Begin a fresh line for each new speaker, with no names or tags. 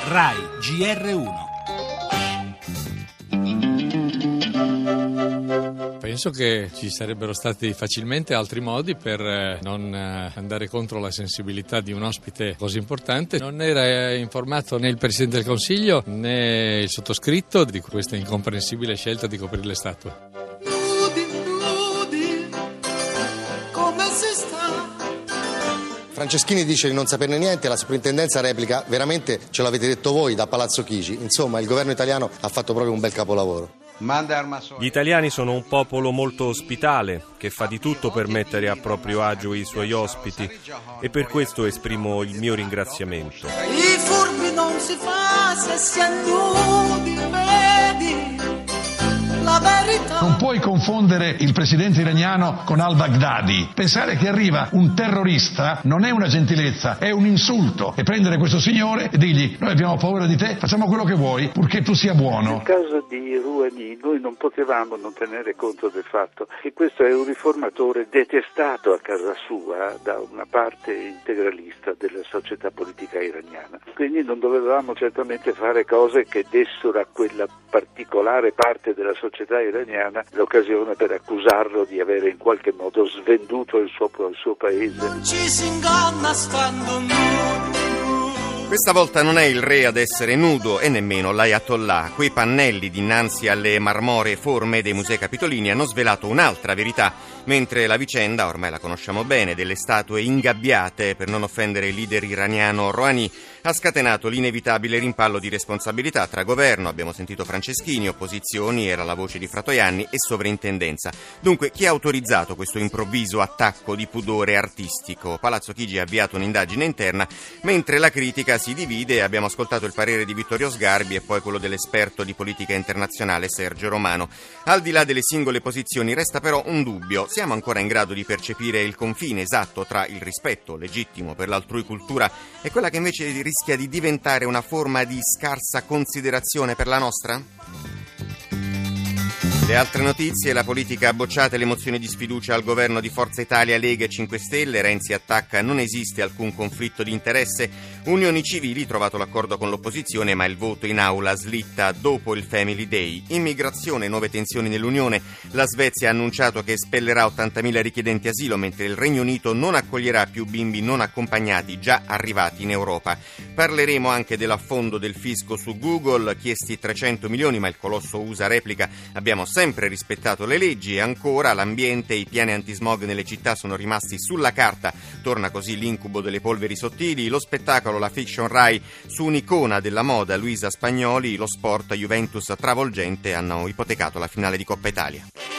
RAI GR1.
Penso che ci sarebbero stati facilmente altri modi per non andare contro la sensibilità di un ospite così importante. Non era informato né il Presidente del Consiglio né il sottoscritto di questa incomprensibile scelta di coprire le statue.
Franceschini dice di non saperne niente, la soprintendenza replica: veramente ce l'avete detto voi da Palazzo Chigi. Insomma, il governo italiano ha fatto proprio un bel capolavoro.
Gli italiani sono un popolo molto ospitale, che fa di tutto per mettere a proprio agio i suoi ospiti, e per questo esprimo il mio ringraziamento.
I furbi non si fa se si è nudi, vedi la verità.
Non puoi confondere il presidente iraniano con al-Baghdadi. Pensare che arriva un terrorista non è una gentilezza, è un insulto. E prendere questo signore e dirgli: noi abbiamo paura di te, facciamo quello che vuoi, purché tu sia buono.
Nel caso di Rouhani noi non potevamo non tenere conto del fatto che questo è un riformatore detestato a casa sua da una parte integralista della società politica iraniana. Quindi non dovevamo certamente fare cose che dessero a quella particolare parte della società iraniana l'occasione per accusarlo di avere in qualche modo svenduto il suo paese.
Non ci si inganna stando nudi.
Questa volta non è il re ad essere nudo e nemmeno l'ayatollah. Quei pannelli dinanzi alle marmoree forme dei musei capitolini hanno svelato un'altra verità, mentre la vicenda, ormai la conosciamo bene, delle statue ingabbiate per non offendere il leader iraniano Rouhani ha scatenato l'inevitabile rimpallo di responsabilità tra governo, abbiamo sentito Franceschini, opposizioni, era la voce di Fratoianni, e sovrintendenza. Dunque, chi ha autorizzato questo improvviso attacco di pudore artistico? Palazzo Chigi ha avviato un'indagine interna, mentre la critica si divide. Abbiamo ascoltato il parere di Vittorio Sgarbi e poi quello dell'esperto di politica internazionale Sergio Romano. Al di là delle singole posizioni resta però un dubbio: siamo ancora in grado di percepire il confine esatto tra il rispetto legittimo per l'altrui cultura e quella che invece rischia di diventare una forma di scarsa considerazione per la nostra? Le altre notizie: la politica ha bocciato le mozioni di sfiducia al governo di Forza Italia, Lega e 5 Stelle. Renzi attacca: non esiste alcun conflitto di interesse. Unioni Civili, trovato l'accordo con l'opposizione, ma il voto in aula slitta dopo il Family Day. Immigrazione, nuove tensioni nell'Unione. La Svezia ha annunciato che espellerà 80.000 richiedenti asilo, mentre il Regno Unito non accoglierà più bimbi non accompagnati già arrivati in Europa. Parleremo anche dell'affondo del fisco su Google, chiesti 300 milioni, ma il colosso USA replica: abbiamo sempre rispettato le leggi. E ancora l'ambiente, i piani antismog nelle città sono rimasti sulla carta, torna così l'incubo delle polveri sottili. Lo spettacolo, la fiction Rai su un'icona della moda, Luisa Spagnoli. Lo sport, Juventus travolgente, hanno ipotecato la finale di Coppa Italia.